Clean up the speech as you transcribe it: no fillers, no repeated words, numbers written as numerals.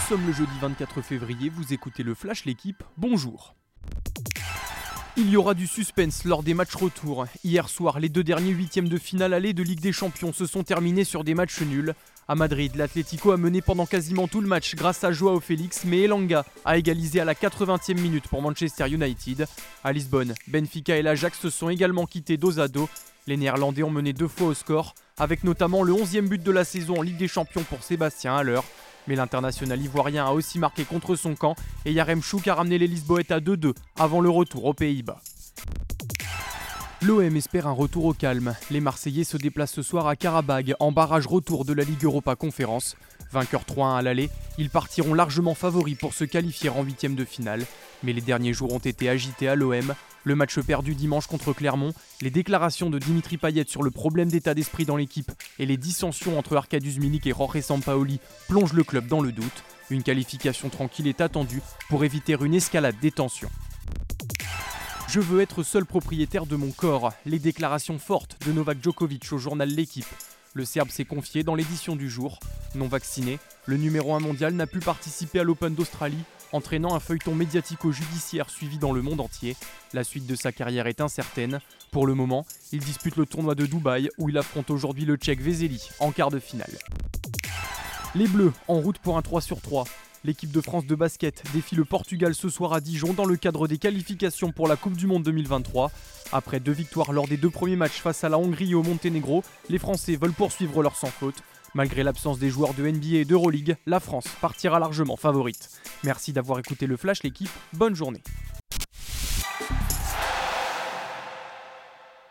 sommes le jeudi 24 février, vous écoutez le Flash L'équipe, bonjour. Il y aura du suspense lors des matchs retour. Hier soir, les deux derniers huitièmes de finale aller de Ligue des Champions se sont terminés sur des matchs nuls. À Madrid, l'Atlético a mené pendant quasiment tout le match grâce à Joao Félix, mais Elanga a égalisé à la 80e minute pour Manchester United. À Lisbonne, Benfica et l'Ajax se sont également quittés dos à dos. Les Néerlandais ont mené 2 fois au score, avec notamment le 11e but de la saison en Ligue des Champions pour Sébastien Haller. Mais l'international ivoirien a aussi marqué contre son camp et Yaremchuk a ramené les Lisboètes à 2-2 avant le retour aux Pays-Bas. L'OM espère un retour au calme. Les Marseillais se déplacent ce soir à Karabag en barrage retour de la Ligue Europa Conférence. Vainqueurs 3-1 à l'aller, ils partiront largement favoris pour se qualifier en huitième de finale. Mais les derniers jours ont été agités à l'OM. Le match perdu dimanche contre Clermont, les déclarations de Dimitri Payet sur le problème d'état d'esprit dans l'équipe et les dissensions entre Arkadiusz Milik et Jorge Sampaoli plongent le club dans le doute. Une qualification tranquille est attendue pour éviter une escalade des tensions. Je veux être seul propriétaire de mon corps. Les déclarations fortes de Novak Djokovic au journal L'équipe. Le Serbe s'est confié dans l'édition du jour. Non vacciné, le numéro 1 mondial n'a pu participer à l'Open d'Australie, entraînant un feuilleton médiatico-judiciaire suivi dans le monde entier. La suite de sa carrière est incertaine. Pour le moment, il dispute le tournoi de Dubaï où il affronte aujourd'hui le Tchèque Vesely en quart de finale. Les Bleus en route pour un 3 sur 3. L'équipe de France de basket défie le Portugal ce soir à Dijon dans le cadre des qualifications pour la Coupe du Monde 2023. Après 2 victoires lors des 2 premiers matchs face à la Hongrie et au Monténégro, les Français veulent poursuivre leur sans faute. Malgré l'absence des joueurs de NBA et d'Euroleague, la France partira largement favorite. Merci d'avoir écouté le Flash L'équipe, bonne journée.